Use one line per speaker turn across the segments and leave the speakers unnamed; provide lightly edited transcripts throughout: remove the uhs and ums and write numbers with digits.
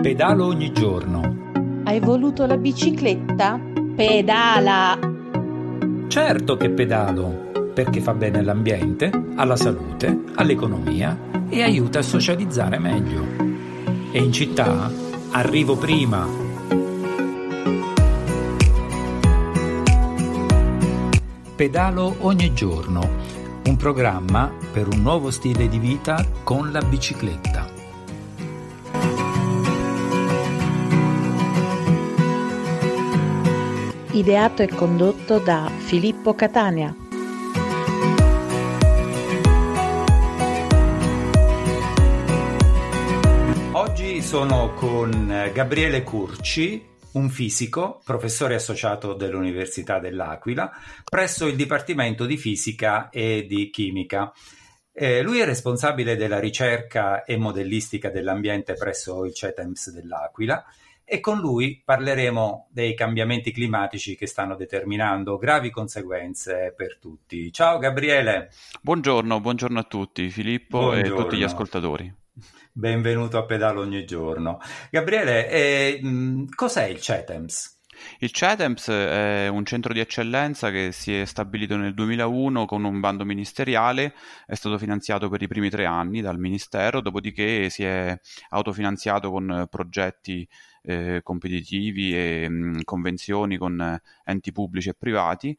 Pedalo ogni giorno.
Hai voluto la bicicletta? Pedala!
Certo che pedalo, perché fa bene all'ambiente, alla salute, all'economia e aiuta a socializzare meglio. E in città arrivo prima. Pedalo ogni giorno, un programma per un nuovo stile di vita con la bicicletta.
Ideato e condotto da Filippo Catania.
Oggi sono con Gabriele Curci, un fisico, professore associato dell'Università dell'Aquila, presso il Dipartimento di Fisica e di Chimica. Lui è responsabile della ricerca e modellistica dell'ambiente presso il CETEMS dell'Aquila e con lui parleremo dei cambiamenti climatici che stanno determinando gravi conseguenze per tutti. Ciao Gabriele.
Buongiorno a tutti, Filippo.
Buongiorno.
E tutti gli ascoltatori.
Benvenuto a Pedalo ogni giorno. Gabriele, cos'è il CETEMS?
Il CETEMS è un centro di eccellenza che si è stabilito nel 2001 con un bando ministeriale, è stato finanziato per i primi 3 anni dal Ministero, dopodiché si è autofinanziato con progetti competitivi e convenzioni con enti pubblici e privati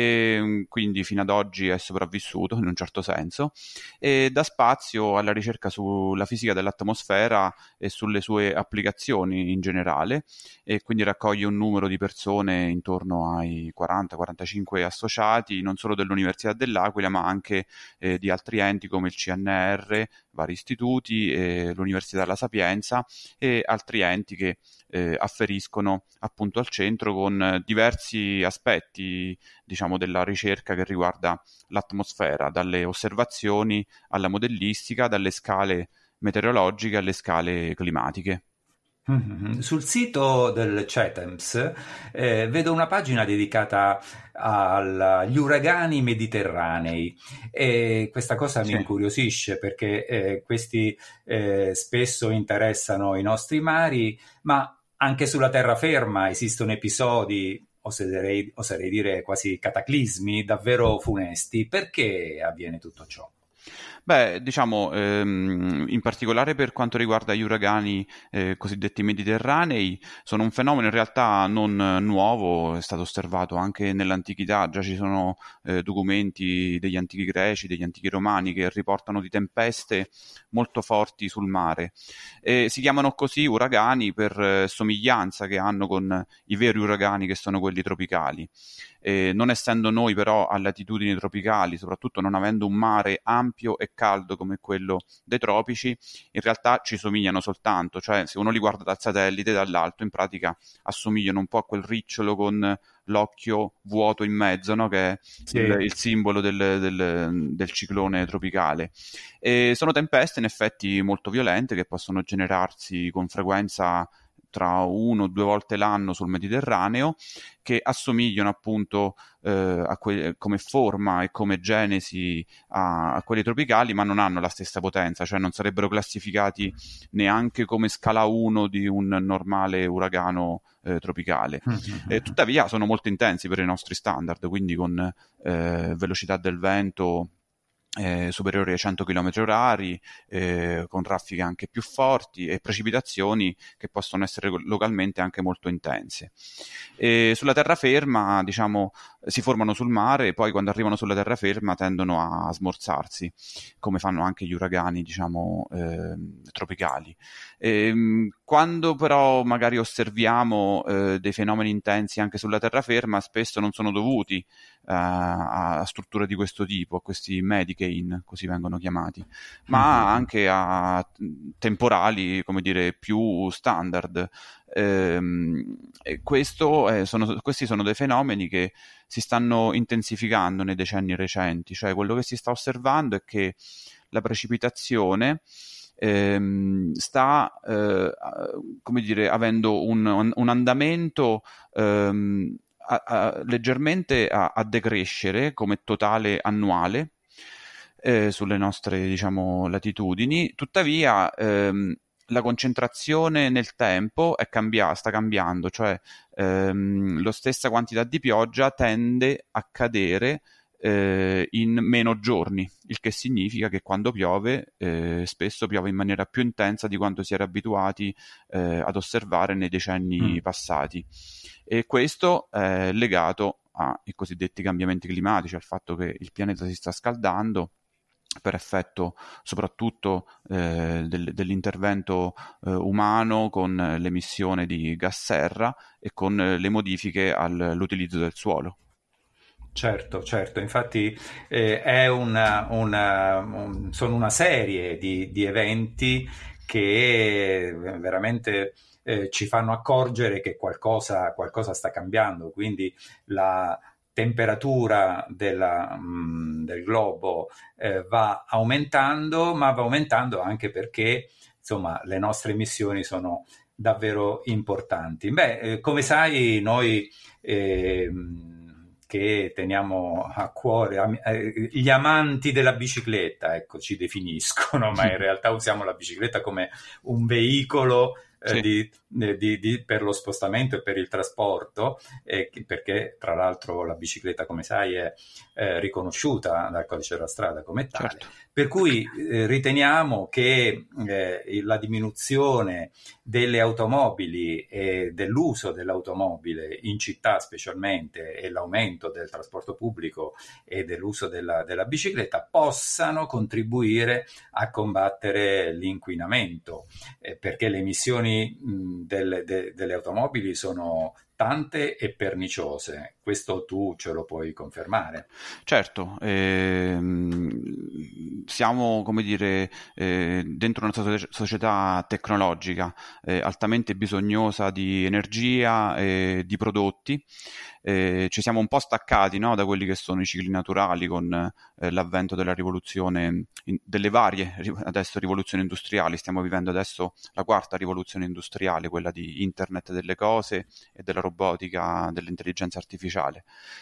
e quindi fino ad oggi è sopravvissuto in un certo senso e dà spazio alla ricerca sulla fisica dell'atmosfera e sulle sue applicazioni in generale e quindi raccoglie un numero di persone intorno ai 40-45 associati non solo dell'Università dell'Aquila ma anche di altri enti come il CNR, vari istituti, l'Università La Sapienza e altri enti che afferiscono appunto al centro con diversi aspetti diciamo della ricerca che riguarda l'atmosfera, dalle osservazioni alla modellistica, dalle scale meteorologiche alle scale climatiche.
Sul sito del CETEMS vedo una pagina dedicata agli uragani mediterranei e questa cosa mi incuriosisce perché questi spesso interessano i nostri mari, ma anche sulla terraferma esistono episodi, oserei dire quasi cataclismi, davvero funesti. Perché avviene tutto ciò?
Beh, diciamo, in particolare per quanto riguarda gli uragani cosiddetti mediterranei, sono un fenomeno in realtà non nuovo, è stato osservato anche nell'antichità, già ci sono documenti degli antichi greci, degli antichi romani che riportano di tempeste molto forti sul mare. Si chiamano così uragani per somiglianza che hanno con i veri uragani che sono quelli tropicali. Non essendo noi però a latitudini tropicali, soprattutto non avendo un mare ampio e caldo come quello dei tropici, in realtà ci somigliano soltanto, cioè se uno li guarda dal satellite, dall'alto, in pratica assomigliano un po' a quel ricciolo con l'occhio vuoto in mezzo, no? Che è il simbolo del ciclone tropicale. E sono tempeste in effetti molto violente che possono generarsi con frequenza tra 1 o 2 volte l'anno sul Mediterraneo, che assomigliano appunto come forma e come genesi a quelli tropicali, ma non hanno la stessa potenza, cioè non sarebbero classificati neanche come scala 1 di un normale uragano tropicale. Tuttavia sono molto intensi per i nostri standard, quindi con velocità del vento superiori ai 100 km/h, con raffiche anche più forti e precipitazioni che possono essere localmente anche molto intense. Sulla terraferma, diciamo, si formano sul mare e poi quando arrivano sulla terraferma tendono a smorzarsi, come fanno anche gli uragani, diciamo, tropicali. Quando però magari osserviamo dei fenomeni intensi anche sulla terraferma, spesso non sono dovuti a strutture di questo tipo, a questi medicane, così vengono chiamati, ma anche a temporali, come dire, più standard. E questi sono dei fenomeni che si stanno intensificando nei decenni recenti, cioè quello che si sta osservando è che la precipitazione sta come dire, avendo un andamento leggermente a decrescere come totale annuale sulle nostre, diciamo, latitudini. Tuttavia la concentrazione nel tempo sta cambiando, cioè la stessa quantità di pioggia tende a cadere in meno giorni, il che significa che quando piove spesso piove in maniera più intensa di quanto si era abituati ad osservare nei decenni passati, e questo è legato ai cosiddetti cambiamenti climatici, al fatto che il pianeta si sta scaldando per effetto soprattutto dell'intervento umano, con l'emissione di gas serra e con le modifiche all'utilizzo del suolo.
Certo, certo, infatti sono una serie di eventi che veramente ci fanno accorgere che qualcosa sta cambiando, quindi la temperatura del globo va aumentando, ma va aumentando anche perché insomma le nostre emissioni sono davvero importanti. Beh, come sai, noi che teniamo a cuore, gli amanti della bicicletta, ecco, ci definiscono, ma in realtà usiamo la bicicletta come un veicolo
Sì.
per lo spostamento e per il trasporto, perché tra l'altro la bicicletta, come sai, è riconosciuta dal codice della strada come tale.
Certo.
Per cui riteniamo che la diminuzione delle automobili e dell'uso dell'automobile in città specialmente, e l'aumento del trasporto pubblico e dell'uso della bicicletta possano contribuire a combattere l'inquinamento, perché le emissioni delle automobili sono tante e perniciose. Questo tu ce lo puoi confermare.
Certo, siamo, come dire, dentro una società tecnologica altamente bisognosa di energia e di prodotti. Ci siamo un po' staccati, no, da quelli che sono i cicli naturali con l'avvento della rivoluzione, delle varie adesso rivoluzioni industriali. Stiamo vivendo adesso la quarta rivoluzione industriale, quella di Internet delle cose e della robotica, dell'intelligenza artificiale.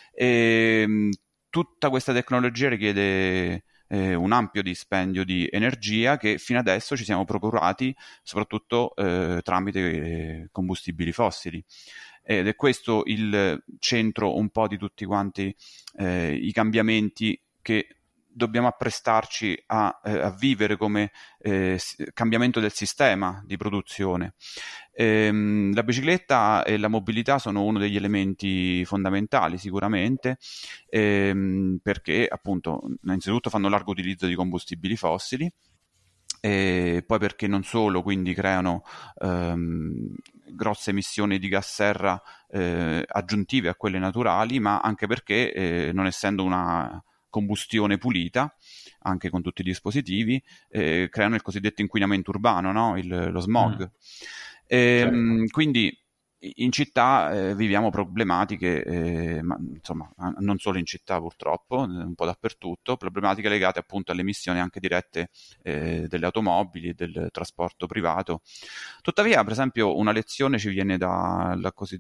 Tutta questa tecnologia richiede un ampio dispendio di energia che fino adesso ci siamo procurati soprattutto tramite combustibili fossili. Ed è questo il centro un po' di tutti quanti i cambiamenti che dobbiamo apprestarci a vivere come cambiamento del sistema di produzione. La bicicletta e la mobilità sono uno degli elementi fondamentali sicuramente, perché appunto innanzitutto fanno largo utilizzo di combustibili fossili, e poi perché non solo quindi creano grosse emissioni di gas serra aggiuntive a quelle naturali, ma anche perché non essendo una combustione pulita, anche con tutti i dispositivi, creano il cosiddetto inquinamento urbano, no? Lo smog.
Certo.
Quindi in città viviamo problematiche, ma, insomma, non solo in città purtroppo, un po' dappertutto, problematiche legate appunto alle emissioni anche dirette delle automobili e del trasporto privato. Tuttavia, per esempio, una lezione ci viene dal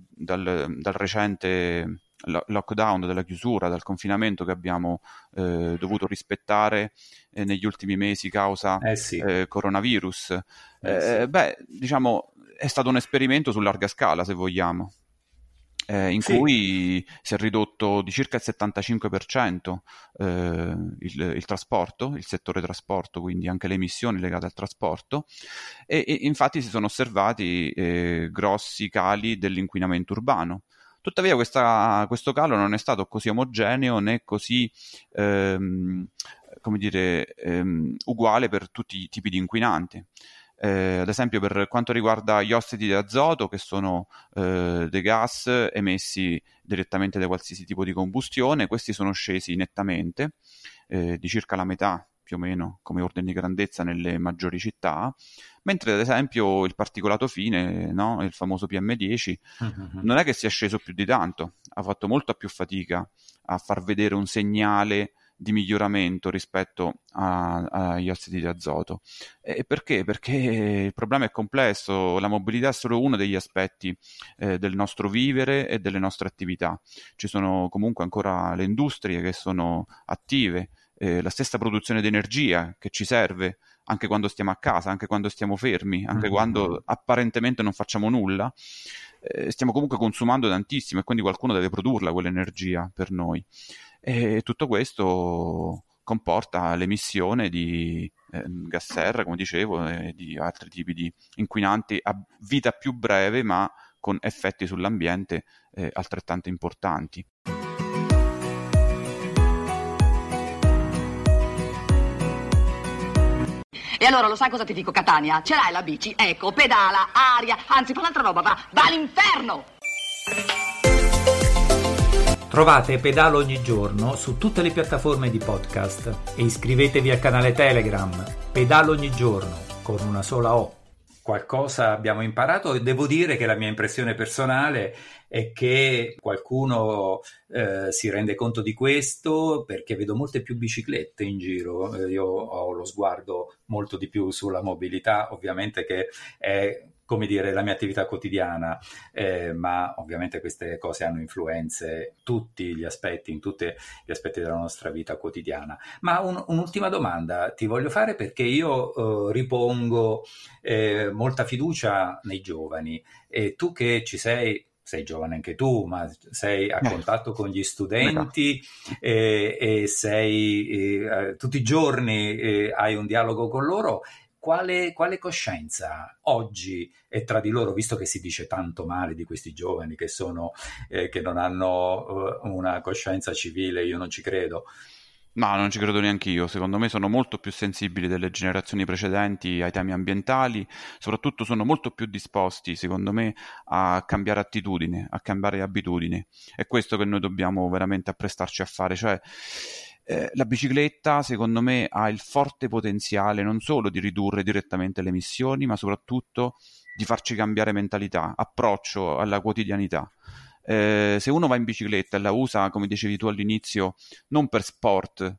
recente lockdown, dalla chiusura, dal confinamento che abbiamo dovuto rispettare negli ultimi mesi causa
Sì.
coronavirus.
Sì.
Beh, diciamo, è stato un esperimento su larga scala, se vogliamo, in
Sì.
cui si è ridotto di circa il 75% il trasporto, il settore trasporto, quindi anche le emissioni legate al trasporto, e infatti si sono osservati grossi cali dell'inquinamento urbano. Tuttavia questo calo non è stato così omogeneo né così come dire, uguale per tutti i tipi di inquinanti. Ad esempio per quanto riguarda gli ossidi di azoto, che sono dei gas emessi direttamente da qualsiasi tipo di combustione, questi sono scesi nettamente, di circa la metà più o meno come ordine di grandezza nelle maggiori città, mentre ad esempio il particolato fine, no, il famoso PM10, non è che sia sceso più di tanto, ha fatto molta più fatica a far vedere un segnale di miglioramento rispetto agli ossidi di azoto. E perché? Perché il problema è complesso, la mobilità è solo uno degli aspetti del nostro vivere e delle nostre attività. Ci sono comunque ancora le industrie che sono attive, la stessa produzione di energia che ci serve anche quando stiamo a casa, anche quando stiamo fermi, anche quando apparentemente non facciamo nulla, stiamo comunque consumando tantissimo, e quindi qualcuno deve produrla quell'energia per noi. E tutto questo comporta l'emissione di gas serra, come dicevo, e di altri tipi di inquinanti a vita più breve, ma con effetti sull'ambiente altrettanto importanti.
E allora lo sai cosa ti dico, Catania? Ce l'hai la bici? Ecco, pedala, aria, anzi fa un'altra roba, va all'inferno!
Trovate Pedalo ogni giorno su tutte le piattaforme di podcast e iscrivetevi al canale Telegram Pedalo ogni giorno con una sola O. Qualcosa abbiamo imparato e devo dire che la mia impressione personale è che qualcuno si rende conto di questo, perché vedo molte più biciclette in giro. Io ho lo sguardo molto di più sulla mobilità, ovviamente, che è, come dire, la mia attività quotidiana, ma ovviamente queste cose hanno influenze in tutti gli aspetti della nostra vita quotidiana. Ma un'ultima domanda ti voglio fare, perché io ripongo molta fiducia nei giovani, e tu che ci sei giovane anche tu, ma sei a contatto con gli studenti e sei tutti i giorni hai un dialogo con loro. Quale coscienza oggi è tra di loro, visto che si dice tanto male di questi giovani che non hanno una coscienza civile? Io non ci credo.
No, non ci credo neanche io. Secondo me sono molto più sensibili delle generazioni precedenti ai temi ambientali, soprattutto sono molto più disposti, secondo me, a cambiare attitudine, a cambiare abitudini. È questo che noi dobbiamo veramente apprestarci a fare, cioè la bicicletta, secondo me, ha il forte potenziale non solo di ridurre direttamente le emissioni, ma soprattutto di farci cambiare mentalità, approccio alla quotidianità. Se uno va in bicicletta e la usa, come dicevi tu all'inizio, non per sport,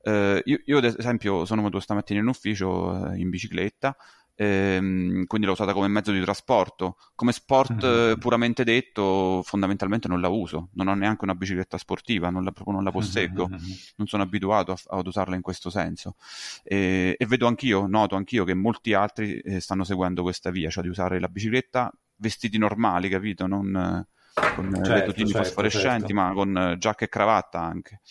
io ad esempio sono venuto stamattina in ufficio in bicicletta, quindi l'ho usata come mezzo di trasporto. Come sport puramente detto, fondamentalmente non la uso, non ho neanche una bicicletta sportiva, proprio non la posseggo, non sono abituato ad usarla in questo senso, e noto anch'io che molti altri stanno seguendo questa via, cioè di usare la bicicletta vestiti normali, capito? Non con le tutine fosforescenti, ma con giacca e cravatta anche.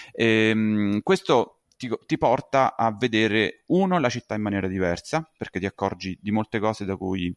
Questo ti porta a vedere, uno, la città in maniera diversa, perché ti accorgi di molte cose da cui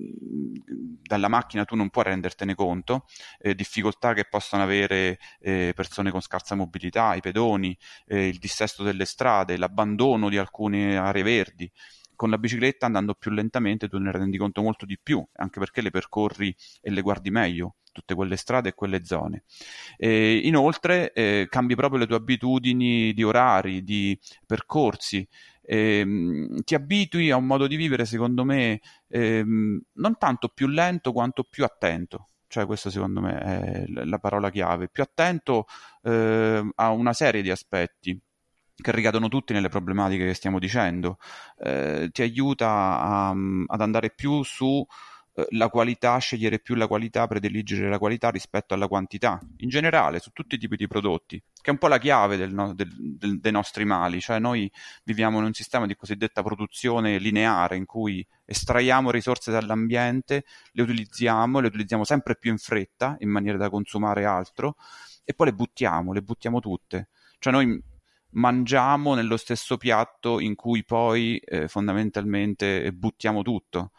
dalla macchina tu non puoi rendertene conto, difficoltà che possono avere persone con scarsa mobilità, i pedoni, il dissesto delle strade, l'abbandono di alcune aree verdi. Con la bicicletta, andando più lentamente, tu ne rendi conto molto di più, anche perché le percorri e le guardi meglio, tutte quelle strade e quelle zone. Inoltre cambi proprio le tue abitudini di orari, di percorsi, ti abitui a un modo di vivere, secondo me, non tanto più lento quanto più attento. Cioè, questa secondo me è la parola chiave. Più attento a una serie di aspetti che ricadono tutti nelle problematiche che stiamo dicendo. Ti aiuta ad andare più su la qualità, scegliere più la qualità, prediligere la qualità rispetto alla quantità, in generale, su tutti i tipi di prodotti, che è un po' la chiave dei nostri mali. Cioè, noi viviamo in un sistema di cosiddetta produzione lineare, in cui estraiamo risorse dall'ambiente, le utilizziamo sempre più in fretta, in maniera da consumare altro, e poi le buttiamo tutte. Cioè, noi mangiamo nello stesso piatto in cui poi fondamentalmente buttiamo tutto.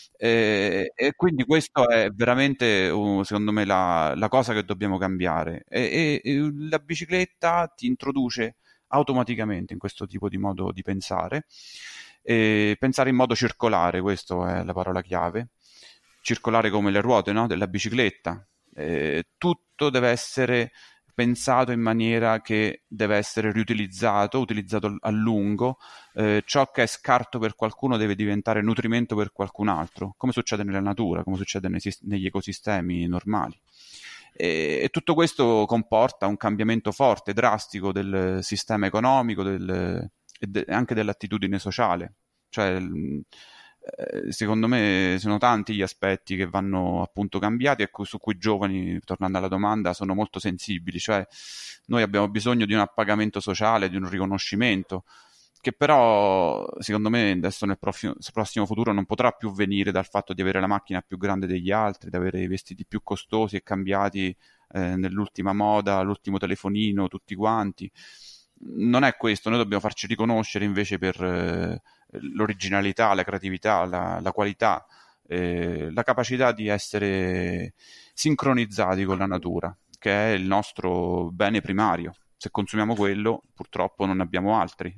E quindi questo è veramente, secondo me, la cosa che dobbiamo cambiare. E la bicicletta ti introduce automaticamente in questo tipo di modo di pensare, pensare in modo circolare, questa è la parola chiave. Circolare come le ruote, no? Della bicicletta. Tutto deve essere pensato in maniera che deve essere utilizzato a lungo. Ciò che è scarto per qualcuno deve diventare nutrimento per qualcun altro, come succede nella natura, come succede negli ecosistemi normali. E tutto questo comporta un cambiamento forte, drastico del sistema economico e anche dell'attitudine sociale. Cioè, secondo me sono tanti gli aspetti che vanno appunto cambiati e su cui i giovani, tornando alla domanda, sono molto sensibili. Cioè, noi abbiamo bisogno di un appagamento sociale, di un riconoscimento, che però secondo me adesso nel prossimo futuro non potrà più venire dal fatto di avere la macchina più grande degli altri, di avere i vestiti più costosi e cambiati nell'ultima moda, l'ultimo telefonino, tutti quanti. Non è questo, noi dobbiamo farci riconoscere invece per l'originalità, la creatività, la qualità, la capacità di essere sincronizzati con la natura, che è il nostro bene primario. Se consumiamo quello, purtroppo non abbiamo altri,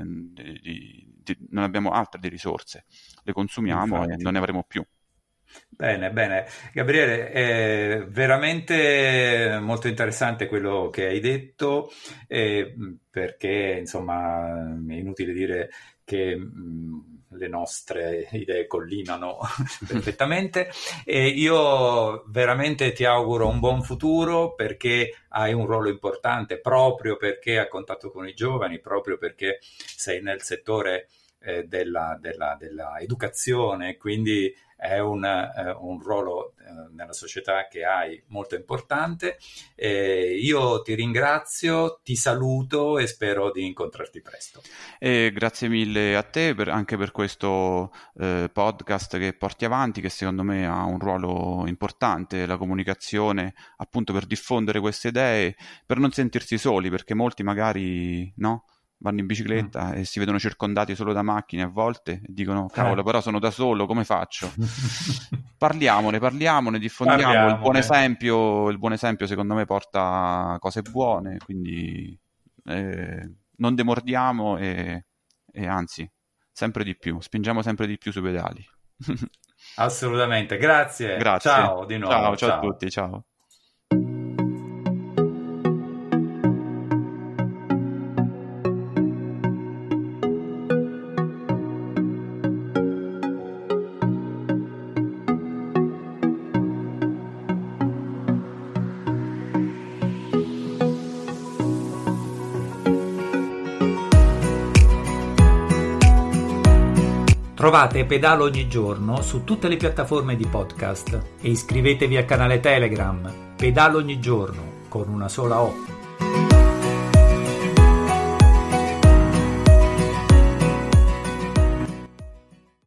non abbiamo altre di risorse, le consumiamo. Infatti. E non ne avremo più.
Bene, Gabriele, è veramente molto interessante quello che hai detto, perché insomma è inutile dire che le nostre idee collimano perfettamente, e io veramente ti auguro un buon futuro, perché hai un ruolo importante, proprio perché a contatto con i giovani, proprio perché sei nel settore della educazione, quindi è un ruolo nella società che hai molto importante. Io ti ringrazio, ti saluto e spero di incontrarti presto.
Grazie mille a te anche per questo podcast che porti avanti, che secondo me ha un ruolo importante, la comunicazione, appunto per diffondere queste idee, per non sentirsi soli, perché molti magari vanno in bicicletta e si vedono circondati solo da macchine a volte e dicono cavolo, però sono da solo, come faccio? Parliamone, diffondiamo. Il buon esempio secondo me porta cose buone, quindi non demordiamo e anzi sempre di più, spingiamo sempre di più sui pedali.
Assolutamente, grazie. Ciao di nuovo.
Ciao a tutti, ciao.
Trovate Pedalo ogni giorno su tutte le piattaforme di podcast e iscrivetevi al canale Telegram Pedalo ogni giorno con una sola O.